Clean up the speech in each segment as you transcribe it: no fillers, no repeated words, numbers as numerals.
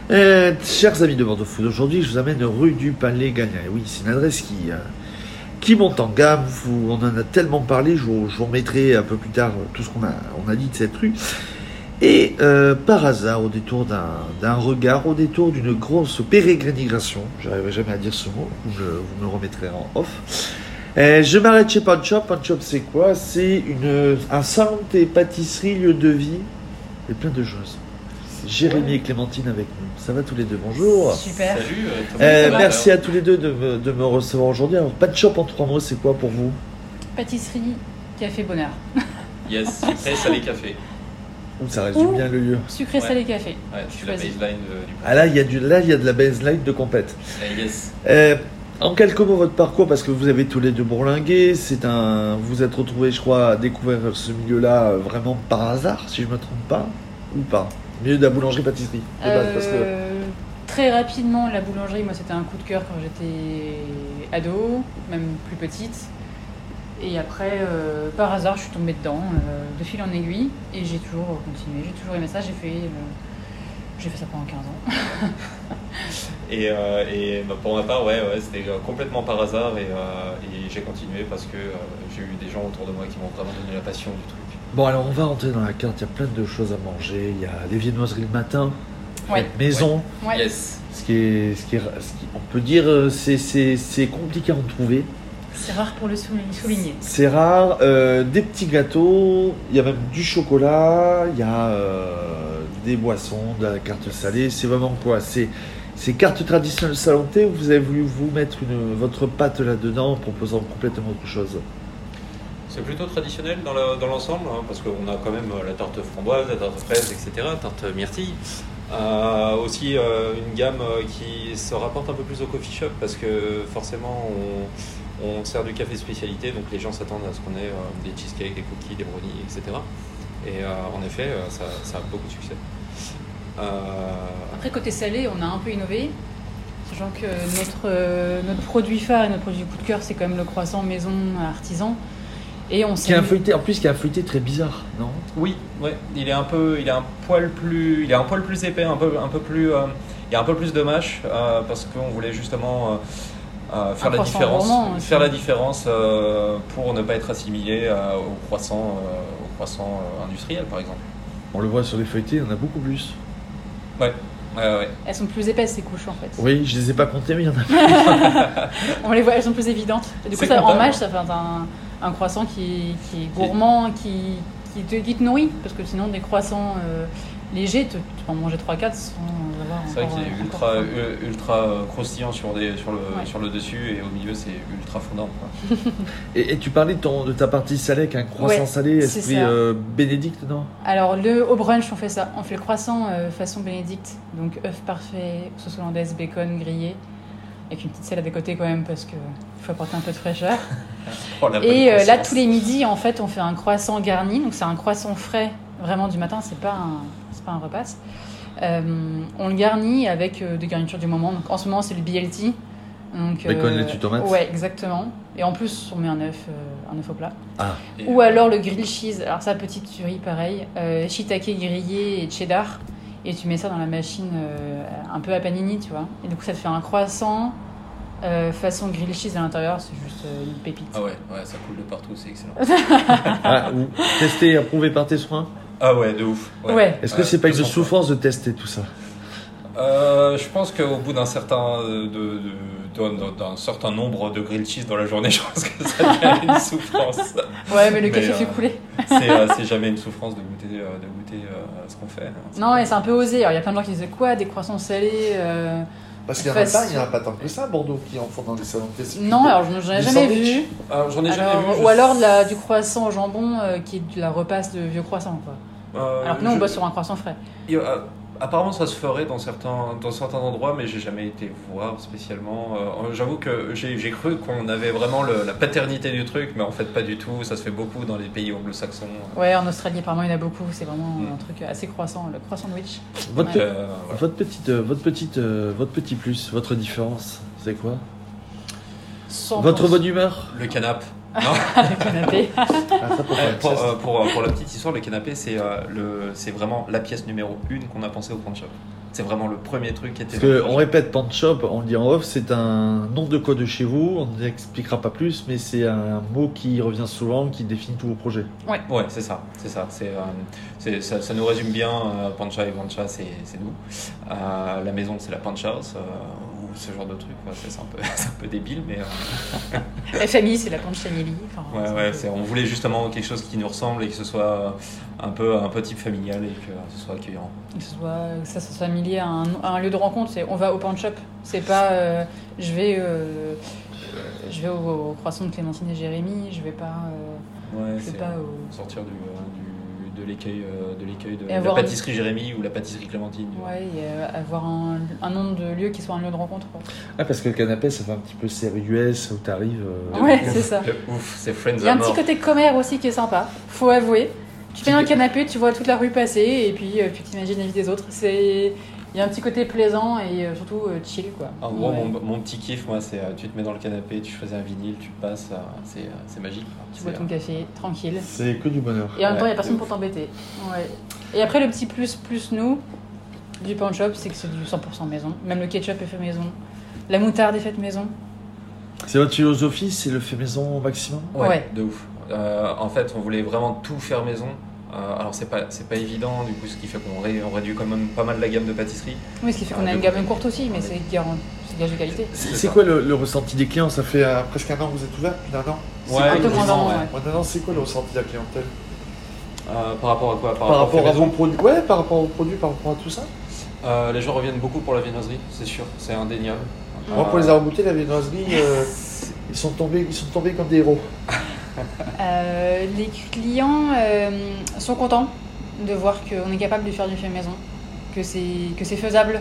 Chers amis de Bordeaux Food, aujourd'hui je vous amène rue du Palais Gagnon. Et oui, c'est une adresse qui monte en gamme. On en a tellement parlé, je vous remettrai un peu plus tard tout ce qu'on a dit de cette rue. Et par hasard, au détour d'un regard, au détour d'une grosse pérégrination, j'arriverai jamais à dire ce mot, vous me le remettrez en off. Je m'arrête chez Pawn Shop. Pawn Shop, c'est quoi? C'est un centre et pâtisserie, lieu de vie, et plein de choses. Jérémy et Clémentine avec nous. Ça va tous les deux? Bonjour. Super. Salut. Merci à tous les deux de me recevoir aujourd'hui. Alors, Pawn Shop en 3 mots, c'est quoi pour vous? Pâtisserie, café, bonheur. Yes, sucré, salé, café. Ça résume bien le lieu. Sucré, salé, café. Ouais, c'est la baseline du Ah là, il y a de la baseline de compète. Yes. En quelques mots, votre parcours, parce que vous avez tous les deux bourlingué, vous êtes retrouvés, je crois, à découvrir ce milieu-là vraiment par hasard, si je ne me trompe pas, ou pas? Milieu de la boulangerie-pâtisserie, de base, parce que... Très rapidement, la boulangerie, moi, c'était un coup de cœur quand j'étais ado, même plus petite. Et après, par hasard, je suis tombée dedans, de fil en aiguille, et j'ai toujours continué, j'ai toujours aimé ça, j'ai fait ça pendant 15 ans. Et pour ma part, ouais, c'était complètement par hasard et j'ai continué parce que j'ai eu des gens autour de moi qui m'ont vraiment donné la passion du truc. Bon, alors on va rentrer dans la carte, il y a plein de choses à manger, il y a les viennoiseries le matin, Ouais. maison, Ouais. Yes. on peut dire, c'est compliqué à en trouver. C'est rare pour le souligner. C'est rare, des petits gâteaux, il y a même du chocolat, il y a des boissons, de la carte salée. C'est vraiment quoi? C'est carte traditionnelle salantée ou vous avez voulu vous mettre votre pâte là-dedans en proposant complètement autre chose? C'est plutôt traditionnel dans l'ensemble, hein, parce qu'on a quand même la tarte framboise, la tarte fraise, etc., tarte myrtille. Aussi une gamme qui se rapporte un peu plus au coffee shop, parce que forcément on sert du café spécialité, donc les gens s'attendent à ce qu'on ait des cheesecakes, des cookies, des brownies, etc. Et en effet, ça a beaucoup de succès. Après, côté salé, on a un peu innové, sachant que notre produit phare et notre produit coup de cœur, c'est quand même le croissant maison artisan. Et on Qui a un feuilleté très bizarre, non? Oui, ouais. Il est un poil plus épais, il y a un peu plus de mâche parce qu'on voulait justement faire la différence pour ne pas être assimilé au croissant industriel, par exemple. On le voit sur les feuilletés, il y en a beaucoup plus. Ouais. Elles sont plus épaisses, ces couches, en fait. Oui, je les ai pas comptées, mais il y en a plus. On les voit, elles sont plus évidantes. Et du coup, en mâche, ça fait un croissant qui est gourmand, qui te nourrit. Parce que sinon, des croissants légers, tu peux en manger 3-4 sans avoir. C'est vrai qu'il est ultra croustillant sur le dessus et au milieu, c'est ultra fondant, quoi. Et tu parlais de ta partie salée avec un croissant salé, esprit Bénédicte, non? Alors, au brunch, on fait ça. On fait le croissant façon Bénédicte. Donc, œuf parfait, sauce hollandaise, bacon grillé. Avec une petite salade à côté quand même, parce qu'il faut apporter un peu de fraîcheur. Et là, tous les midis, en fait, on fait un croissant garni. Donc, c'est un croissant frais, vraiment du matin. C'est pas un repas. On le garnit avec des garnitures du moment. Donc, en ce moment, c'est le BLT. Donc, bacon, laitue, tomate. Ouais, exactement. Et en plus, on met un œuf au plat. Ah. Ou alors le grill cheese. Alors, ça, petite tuerie, pareil. Shiitake grillé et cheddar. Et tu mets ça dans la machine un peu à panini, tu vois. Et du coup, ça te fait un croissant façon grill cheese à l'intérieur. C'est juste une pépite. Ah ouais, ça coule de partout, c'est excellent. Testé, approuvé par tes soins? Ah ouais, de ouf. Ouais. Est-ce que c'est pas une souffrance de tester tout ça? Je pense qu'au bout d'un certain nombre de grilled cheese dans la journée, je pense que ça devient une souffrance. Ouais, mais le café fait couler. C'est jamais une souffrance de goûter ce qu'on fait. Non, et c'est un peu osé. Alors, il y a plein de gens qui disent quoi, des croissants salés Parce qu'il n'y en a pas tant que ça à Bordeaux qui en font dans des salons de thé. Non, alors j'en ai jamais vu. J'en ai jamais vu. Ou alors du croissant au jambon qui est de la repasse de vieux croissants, quoi. Alors que nous, on bosse sur un croissant frais. Apparemment, ça se ferait dans certains endroits, mais j'ai jamais été voir spécialement. J'avoue que j'ai cru qu'on avait vraiment la paternité du truc, mais en fait pas du tout. Ça se fait beaucoup dans les pays anglo-saxons. Ouais, en Australie, apparemment, il y en a beaucoup. C'est vraiment un truc assez croissant, le croissant sandwich. Votre petit plus, votre différence, c'est quoi? Votre bonne humeur? Le canapé. Le canapé. Ah, ça pour faire une sieste. Pour la petite histoire, le canapé, c'est vraiment la pièce numéro 1 qu'on a pensé au pawn shop. C'est vraiment le premier truc qui était. Parce qu'on répète pawn shop, on le dit en off, c'est un nom de code de chez vous, on n'expliquera pas plus, mais c'est un mot qui revient souvent, qui définit tous vos projets. Ouais, c'est ça. Ça nous résume bien. Pancha et Vancha, c'est nous. La maison, c'est la Pancha House, ou ce genre de truc. C'est un peu débile, mais. La famille, c'est la Pancha Family. On voulait justement quelque chose qui nous ressemble et que ce soit un peu type familial et que ce soit accueillant. Que ça soit familier à un lieu de rencontre. On va au pawn shop. C'est pas je vais au croissant de Clémentine et Jérémy. Je vais pas. Sortir de l'écueil de la pâtisserie Jérémy ou la pâtisserie Clémentine. Ouais, et avoir un nom de lieu qui soit un lieu de rencontre. Quoi. Ah, parce que le canapé, ça fait un petit peu série US où t'arrives. Ouais, c'est ça. Ouf, c'est Friends. Il y a un petit côté commère aussi qui est sympa, faut avouer. Tu fais un canapé, tu vois toute la rue passer et puis tu t'imagines la vie des autres. Il y a un petit côté plaisant et surtout chill quoi. En gros, mon petit kiff, moi, c'est tu te mets dans le canapé, tu choisis un vinyle, tu passes, c'est magique. Tu bois ton café, tranquille. C'est que du bonheur. Et en même temps, il n'y a personne pour t'embêter. Ouais. Et après, le petit plus nous, du pawn shop, c'est que c'est du 100% maison. Même le ketchup est fait maison. La moutarde est faite maison. C'est votre philosophie, c'est le fait maison au maximum? Ouais. De ouf. En fait, on voulait vraiment tout faire maison. Alors c'est pas évident, du coup, ce qui fait qu'on réduit quand même pas mal la gamme de pâtisseries. Oui, ce qui fait qu'on a une gamme courte aussi, mais c'est gage de qualité. C'est quoi le ressenti des clients? Ça fait presque un an que vous êtes ouvert? Plus d'un an? Un peu moins d'un an, Maintenant, c'est quoi le ressenti de la clientèle? Par rapport à quoi? Par rapport à vos produits? Ouais, par rapport aux produits, par rapport à tout ça? Les gens reviennent beaucoup pour la viennoiserie, c'est sûr, c'est indéniable. Moi, pour les avoir goûtés, la viennoiserie, ils sont tombés comme des héros. Les clients sont contents de voir qu'on est capable de faire du fait maison, que c'est faisable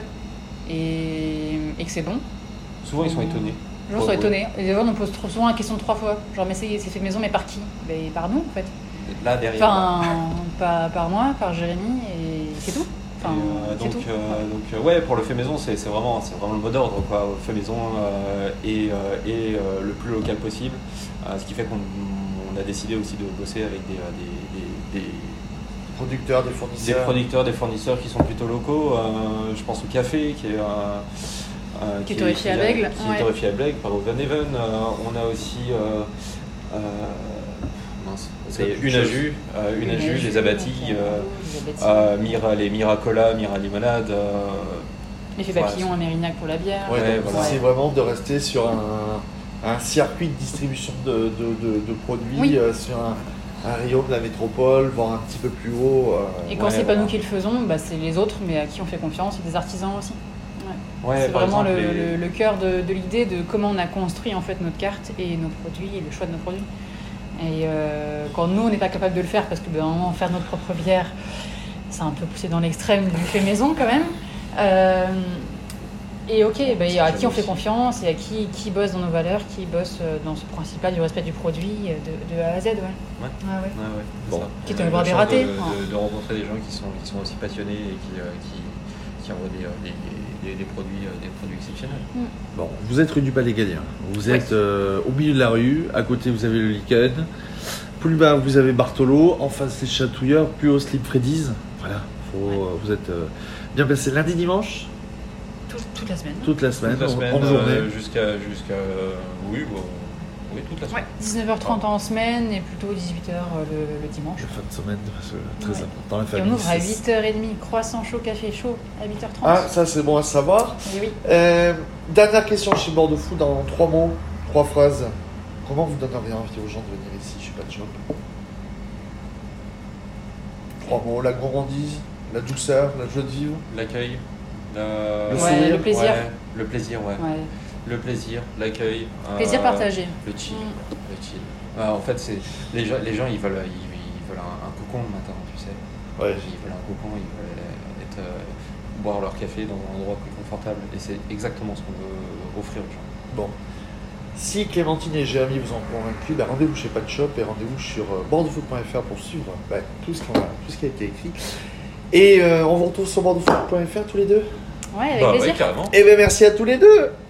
et que c'est bon. Souvent ils sont étonnés. Les gens sont étonnés. Et on pose souvent la question 3 fois. Genre, mais c'est fait maison, mais par qui? Ben, par nous en fait. Là derrière. Enfin, par moi, par Jérémy, et c'est tout. Enfin, donc ouais, pour le fait maison, c'est vraiment le mot d'ordre quoi. Fait maison et le plus local possible. Ce qui fait qu'on a décidé aussi de bosser avec des producteurs, des fournisseurs qui sont plutôt locaux. Je pense au café qui est torréfié à Bègle. Qui est torréfié à Bègle par Van Even. On a aussi une à jus, les abattis, les Miracola, Mira Limonade. L'effet papillon à Mérignac pour la bière. Ouais, voilà. C'est vraiment de rester sur un circuit de distribution de produits, sur un rayon de la métropole, voire un petit peu plus haut. Et quand c'est pas nous qui le faisons, c'est les autres, mais à qui on fait confiance, et des artisans aussi. C'est vraiment le cœur de l'idée de comment on a construit en fait notre carte et nos produits et le choix de nos produits. Et quand nous on n'est pas capable de le faire parce que faire notre propre bière, c'est un peu poussé dans l'extrême du fait maison quand même. Et à qui on fait confiance et à qui bosse dans nos valeurs, qui bosse dans ce principe-là du respect du produit de A à Z. Bon. Quitte à avoir des ratés. De rencontrer des gens qui sont aussi passionnés et qui envoient des produits exceptionnels. Bon, vous êtes rue du Palais Gallien. Vous êtes au milieu de la rue. À côté, vous avez le Lichen. Plus bas, vous avez Bartolo. En face, les Chatouilleurs. Plus haut, Slip Freddy's. Voilà. Vous êtes bien placé lundi, dimanche. Toute la semaine. Toute la semaine, en journée. Jusqu'à toute la semaine. 19h30 en semaine et plutôt 18h le dimanche. La fin de semaine, très important. La famille, et on ouvre à 8h30, croissant chaud, café chaud à 8h30. Ah, ça c'est bon à savoir. Et oui. Dernière question chez Bordeaux Food, en 3 mots, 3 phrases. Comment vous donneriez envie aux gens de venir ici chez Patch Shop? 3 mots, la gourmandise, la douceur, la joie de vivre. L'accueil. Le plaisir. Le plaisir, Le plaisir, l'accueil. Plaisir partagé. Le chill. En fait, les gens ils veulent un cocon le matin, tu sais. Ouais. Ils veulent un cocon, ils veulent boire leur café dans un endroit plus confortable. Et c'est exactement ce qu'on veut offrir aux gens. Bon. Si Clémentine et Jérémy vous ont convaincu, rendez-vous chez Patch Shop et rendez-vous sur bordeauxfood.fr pour suivre tout ce qui a été écrit. Et on vous retrouve sur bordeauxfood.fr tous les deux. Ouais, avec plaisir. Carrément. Et merci à tous les deux.